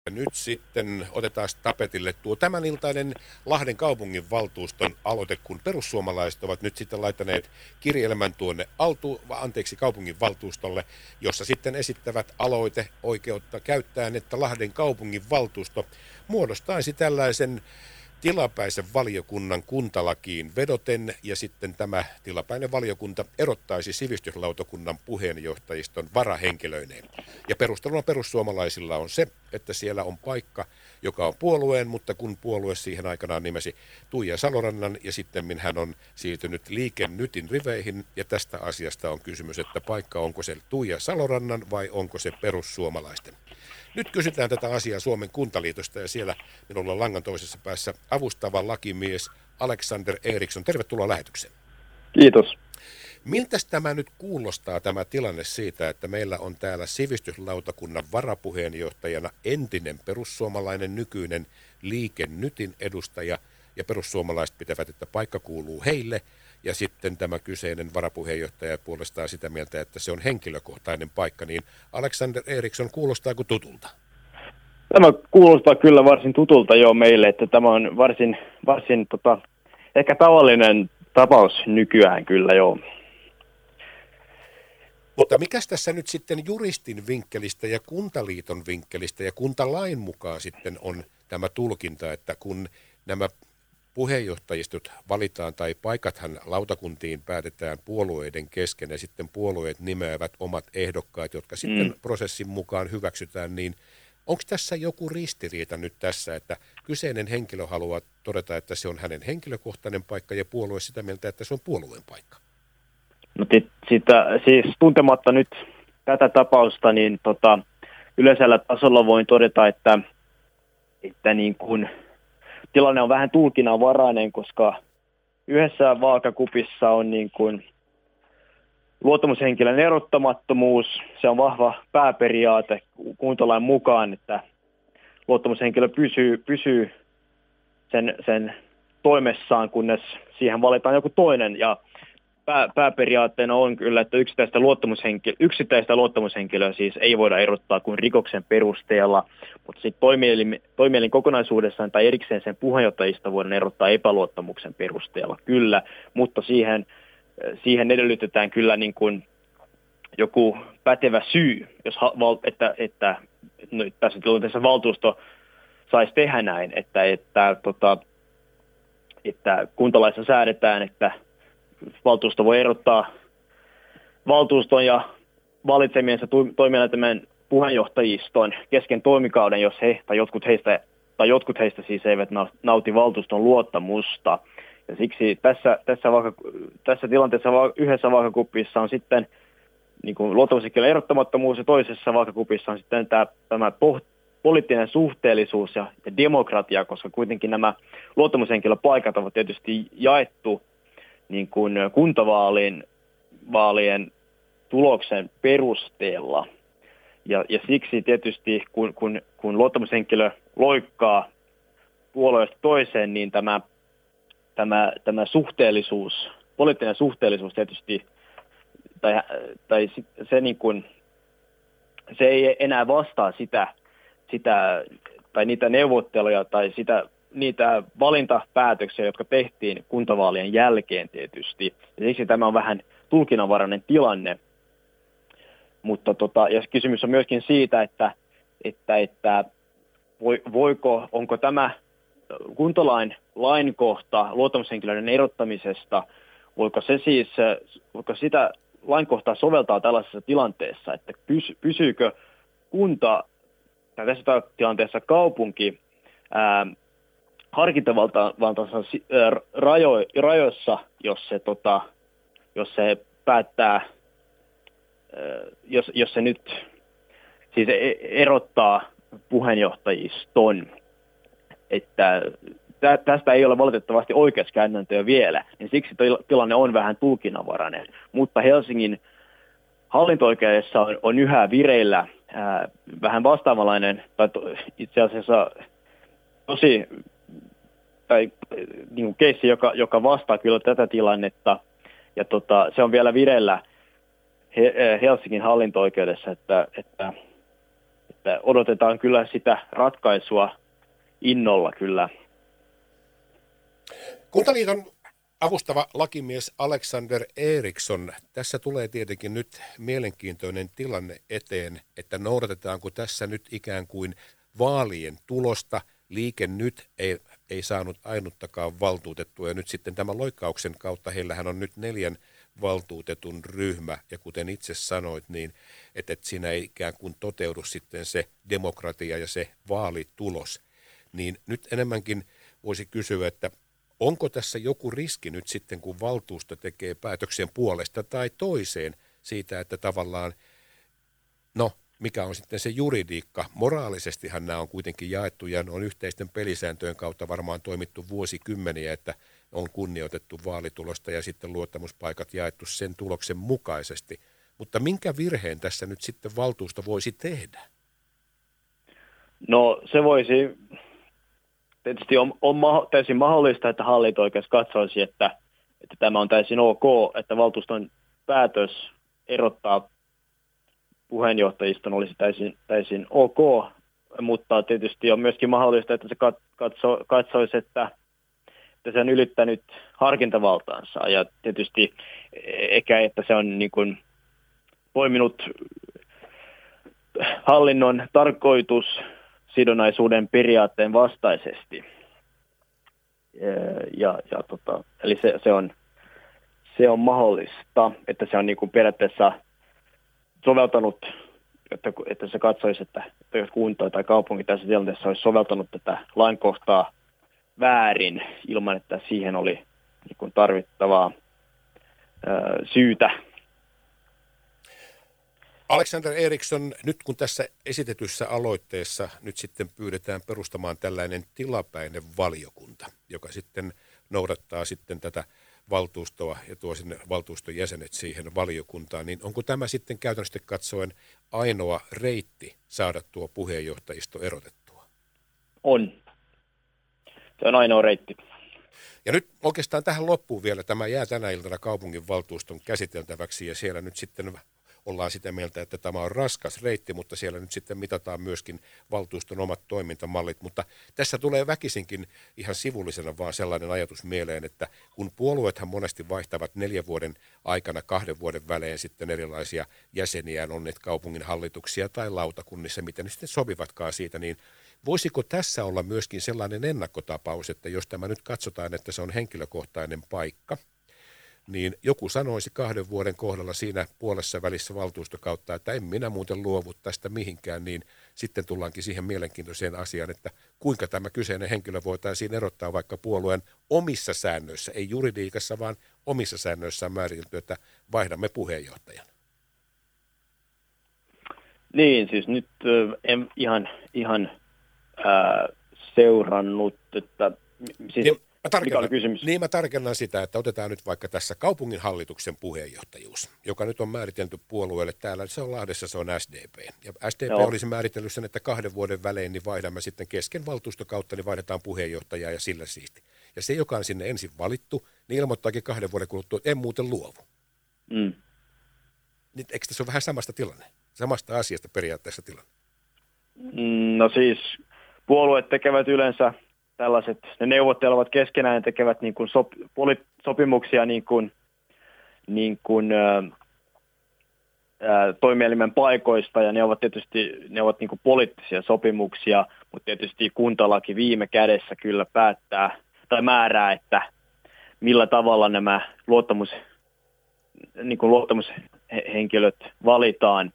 Ja nyt sitten otetaan tapetille tuo tämäniltainen Lahden kaupunginvaltuuston aloite, kun perussuomalaiset ovat nyt sitten laittaneet kirjelmän tuonne kaupunginvaltuustolle, jossa sitten esittävät aloiteoikeutta käyttäen, että Lahden kaupunginvaltuusto muodostaisi tällaisen tilapäisen valiokunnan kuntalakiin vedoten, ja sitten tämä tilapäinen valiokunta erottaisi sivistyslautakunnan puheenjohtajiston varahenkilöineen. Ja perusteluna perussuomalaisilla on se, että siellä on paikka, joka on puolueen, mutta kun puolue siihen aikanaan nimesi Tuija Salorannan, ja sitten hän on siirtynyt Liike Nytin riveihin, ja tästä asiasta on kysymys, että paikka onko se Tuija Salorannan vai onko se perussuomalaisten. Nyt kysytään tätä asiaa Suomen Kuntaliitosta, ja siellä minulla on langan toisessa päässä avustava lakimies Alexander Eriksson. Tervetuloa lähetykseen. Kiitos. Miltäs tämä nyt kuulostaa, tämä tilanne siitä, että meillä on täällä sivistyslautakunnan varapuheenjohtajana entinen perussuomalainen, nykyinen Liike Nytin edustaja, ja perussuomalaiset pitävät, että paikka kuuluu heille, ja sitten tämä kyseinen varapuheenjohtaja puolestaan sitä mieltä, että se on henkilökohtainen paikka, niin Alexander Eriksson, kuulostaako tutulta? Tämä kuulostaa kyllä varsin tutulta jo meille, että tämä on varsin ehkä tavallinen tapaus nykyään kyllä joo. Mutta mikäs tässä nyt sitten juristin vinkkelistä ja kuntaliiton vinkkelistä ja kuntalain mukaan sitten on tämä tulkinta, että kun nämä puheenjohtajistot valitaan tai paikathan lautakuntiin päätetään puolueiden kesken ja sitten puolueet nimeävät omat ehdokkaat, jotka sitten prosessin mukaan hyväksytään, niin onko tässä joku ristiriita nyt tässä, että kyseinen henkilö haluaa todeta, että se on hänen henkilökohtainen paikka ja puolue sitä mieltä, että se on puolueen paikka? No siis tuntematta nyt tätä tapausta, niin yleisellä tasolla voin todeta, että niin kuin tilanne on vähän tulkinnanvarainen, koska yhdessä vaakakupissa on niin kuin luottamushenkilön erottamattomuus. Se on vahva pääperiaate kuntalain mukaan, että luottamushenkilö pysyy sen toimessaan, kunnes siihen valitaan joku toinen. Ja pääperiaatteena on kyllä, että yksittäistä luottamushenkilöä siis ei voida erottaa kuin rikoksen perusteella, mutta sitten toimielin kokonaisuudessaan tai erikseen sen puheenjohtajista voidaan erottaa epäluottamuksen perusteella kyllä, mutta siihen edellytetään kyllä niin kuin joku pätevä syy, jos että tässä tilanteessa valtuusto saisi tehdä näin, että kuntalaissa säädetään, että valtuusto voi erottaa valtuuston ja valitsemiensa toimielinten puheenjohtajiston kesken toimikauden, jos he tai jotkut heistä siis eivät nauti valtuuston luottamusta. Ja siksi tässä tilanteessa yhdessä vaakakupissa on sitten niin kuin luottamushenkilön erottamattomuus ja toisessa vaakakupissa on sitten tämä poliittinen suhteellisuus ja demokratia, koska kuitenkin nämä luottamushenkilöpaikat ovat tietysti jaettu niin kuin kuntavaalien tuloksen perusteella. Ja siksi tietysti, kun luottamushenkilö loikkaa puolueesta toiseen, niin tämä suhteellisuus, poliittinen suhteellisuus tietysti, tai se, niin kuin, se ei enää vastaa sitä tai niitä neuvotteluja tai niitä valintapäätöksiä, jotka tehtiin kuntavaalien jälkeen tietysti. Ja siksi tämä on vähän tulkinnanvarainen tilanne. Mutta ja kysymys on myöskin siitä, että onko tämä kuntalain lainkohta luottamushenkilöiden erottamisesta, voiko sitä lainkohtaa soveltaa tällaisessa tilanteessa, että pysyykö kunta tai tässä tilanteessa kaupunki harkintavaltaansa rajoissa, jos se päättää, jos se nyt siis erottaa puheenjohtajiston, että tästä ei ole valitettavasti oikeuskäytäntöä vielä, niin siksi tilanne on vähän tulkinnanvarainen, mutta Helsingin hallinto-oikeudessa on yhä vireillä vähän vastaavanlainen, tai itse asiassa niin kuin keissi, joka vastaa kyllä tätä tilannetta, ja se on vielä vireillä Helsingin hallinto-oikeudessa, että Että odotetaan kyllä sitä ratkaisua innolla kyllä. Kuntaliiton avustava lakimies Alexander Eriksson, tässä tulee tietenkin nyt mielenkiintoinen tilanne eteen, että noudatetaanko tässä nyt ikään kuin vaalien tulosta. Liike Nyt ei saanut ainuttakaan valtuutettua ja nyt sitten tämän loikkauksen kautta heillähän on nyt 4 valtuutetun ryhmä ja kuten itse sanoit, niin että siinä ei ikään kuin toteudu sitten se demokratia ja se vaalitulos. Niin nyt enemmänkin voisi kysyä, että onko tässä joku riski nyt sitten, kun valtuusto tekee päätöksen puolesta tai toiseen siitä, että tavallaan, mikä on sitten se juridiikka. Moraalisestihan nämä on kuitenkin jaettu ja on yhteisten pelisääntöjen kautta varmaan toimittu vuosikymmeniä, että on kunnioitettu vaalitulosta ja sitten luottamuspaikat jaettu sen tuloksen mukaisesti. Mutta minkä virheen tässä nyt sitten valtuusto voisi tehdä? No se voisi, tietysti on täysin mahdollista, että hallinto-oikeus katsoisi, että tämä on täysin ok, että valtuuston päätös erottaa puheenjohtajiston olisi täysin ok, mutta tietysti on myöskin mahdollista, että se katsoisi, että se on ylittänyt harkintavaltaansa ja tietysti eikä, että se on niin kuin toiminut hallinnon tarkoitussidonnaisuuden periaatteen vastaisesti. Eli se on mahdollista, että se on niin kuin periaatteessa soveltanut, että se katsoisi, että jos kunta tai kaupunki tässä tilanteessa olisi soveltanut tätä lainkohtaa väärin ilman, että siihen oli niin kuin tarvittavaa syytä. Alexander Eriksson, nyt kun tässä esitetyssä aloitteessa nyt sitten pyydetään perustamaan tällainen tilapäinen valiokunta, joka sitten noudattaa sitten tätä valtuustoa ja tuo sinne valtuuston jäsenet siihen valiokuntaan, niin onko tämä sitten käytännössä katsoen ainoa reitti saada tuo puheenjohtajisto erotettua? On. Se on ainoa reitti. Ja nyt oikeastaan tähän loppuun vielä, tämä jää tänä iltana kaupunginvaltuuston käsiteltäväksi ja siellä nyt sitten ollaan sitä mieltä, että tämä on raskas reitti, mutta siellä nyt sitten mitataan myöskin valtuuston omat toimintamallit. Mutta tässä tulee väkisinkin ihan sivullisena vaan sellainen ajatus mieleen, että kun puolueethan monesti vaihtavat 4 vuoden aikana 2 vuoden välein sitten erilaisia jäseniään, on ne kaupungin hallituksia tai lautakunnissa, miten ne sitten sopivatkaan siitä, niin voisiko tässä olla myöskin sellainen ennakkotapaus, että jos tämä nyt katsotaan, että se on henkilökohtainen paikka, niin joku sanoisi 2 vuoden kohdalla siinä puolessa välissä valtuustokautta, että en minä muuten luovu tästä mihinkään, niin sitten tullaankin siihen mielenkiintoiseen asiaan, että kuinka tämä kyseinen henkilö voitaisiin erottaa vaikka puolueen omissa säännöissä, ei juridiikassa, vaan omissa säännöissään määritelty, että vaihdamme puheenjohtajan. Niin, siis nyt en ihan seurannut, että siis Mä tarkennan sitä, että otetaan nyt vaikka tässä kaupunginhallituksen puheenjohtajuus, joka nyt on määritelty puolueelle täällä, se on Lahdessa, se on SDP. Ja SDP olisi määritellyt sen, että 2 vuoden välein niin vaihdamme sitten kesken valtuustokautta, niin vaihdetaan puheenjohtajaa ja sillä siisti. Ja se, joka on sinne ensin valittu, niin ilmoittaakin 2 vuoden kuluttua, että en muuten luovu. Mm. Niin, eikö tässä ole vähän samasta asiasta periaatteessa tilanne? No siis puolueet tekevät yleensä tällaiset, ne neuvottelevat keskenään ja tekevät niin kuin sopimuksia niin kuin toimielimen paikoista ja ne ovat niin kuin poliittisia sopimuksia, mutta tietysti kuntalaki viime kädessä kyllä päättää tai määrää, että millä tavalla nämä luottamushenkilöt valitaan.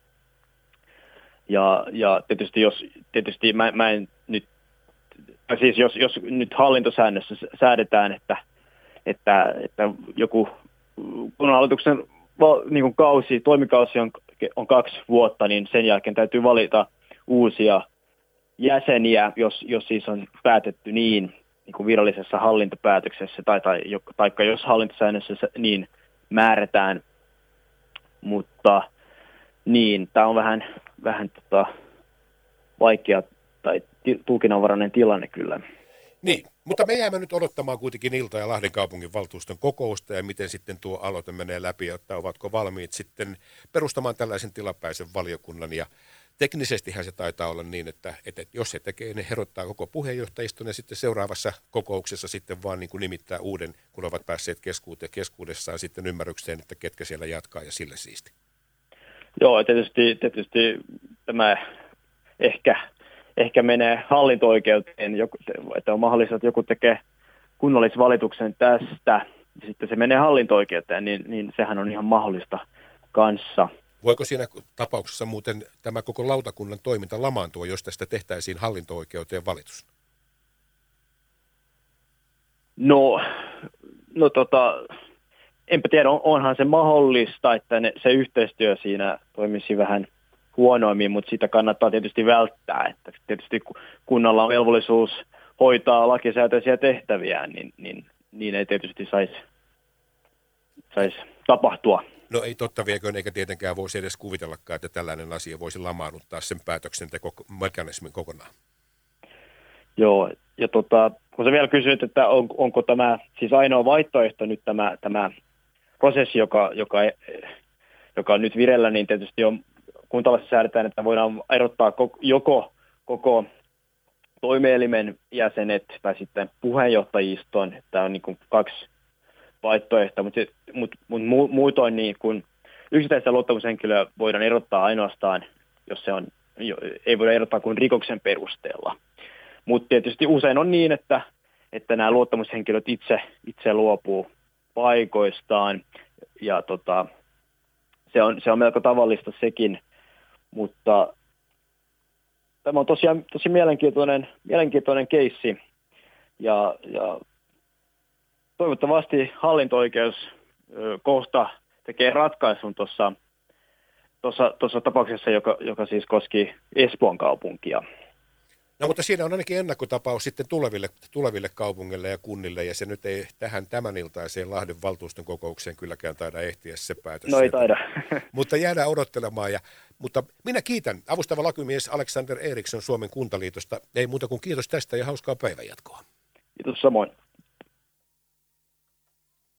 Ja tietysti mä en nyt, siis jos nyt hallintosäännössä säädetään, että joku kunnanhallituksen niin kuin toimikausi on 2 vuotta, niin sen jälkeen täytyy valita uusia jäseniä, jos siis on päätetty niin kuin virallisessa hallintopäätöksessä tai jos hallintosäännössä niin määrätään, mutta niin, tämä on vähän vaikea tai tulkinnanvarainen tilanne kyllä. Niin, mutta me jäämme nyt odottamaan kuitenkin Ilta- ja Lahden kaupungin valtuuston kokousta ja miten sitten tuo aloite menee läpi, että ovatko valmiit sitten perustamaan tällaisen tilapäisen valiokunnan ja Teknisestihän se taitaa olla niin, että jos se tekee, ne herottaa koko puheenjohtajiston ja sitten seuraavassa kokouksessa sitten vaan niin kuin nimittää uuden, kun ovat päässeet keskuudessaan sitten ymmärrykseen, että ketkä siellä jatkaa ja sille siisti. Joo, tietysti tämä ehkä menee hallinto-oikeuteen, että on mahdollista, että joku tekee kunnallisvalituksen tästä, ja sitten se menee hallinto-oikeuteen, niin sehän on ihan mahdollista kanssa. Voiko siinä tapauksessa muuten tämä koko lautakunnan toiminta lamaantua, jos tästä tehtäisiin hallinto-oikeuteen valitus? No enpä tiedä, onhan se mahdollista, että se yhteistyö siinä toimisi vähän huonoimmin, mutta sitä kannattaa tietysti välttää. Että tietysti kunnalla on velvollisuus hoitaa lakisääteisiä tehtäviä, niin ei tietysti saisi tapahtua. No ei totta vieköön, eikä tietenkään voisi edes kuvitellakaan, että tällainen asia voisi lamaannuttaa sen päätöksentekomekanismin kokonaan. Joo, ja kun sä vielä kysyit, että onko tämä siis ainoa vaihtoehto nyt tämä prosessi, joka on nyt vireillä, niin tietysti on kuntalaissa säädetään, että voidaan erottaa joko koko toimielimen jäsenet tai sitten puheenjohtajiston. Tämä on niin kuin 2 vaihtoehtoa, mutta muutoin niin kuin yksittäistä luottamushenkilöä voidaan erottaa ainoastaan, jos se on, ei voida erottaa kuin rikoksen perusteella. Mutta tietysti usein on niin, että nämä luottamushenkilöt itse luopuu paikoistaan, ja se on melko tavallista sekin, mutta tämä on tosiaan tosi mielenkiintoinen keissi, ja toivottavasti hallinto-oikeus kohta tekee ratkaisun tuossa tapauksessa, joka siis koski Espoon kaupunkia. No mutta siinä on ainakin ennakkotapaus sitten tuleville kaupungeille ja kunnille, ja se nyt ei tähän tämäniltaiseen Lahden valtuuston kokoukseen kylläkään taida ehtiä se päätös. No ei taida. Mutta jäädään odottelemaan. Mutta minä kiitän avustava lakimies Alexander Eriksson Suomen Kuntaliitosta. Ei muuta kuin kiitos tästä ja hauskaa päivänjatkoa. Kiitos samoin.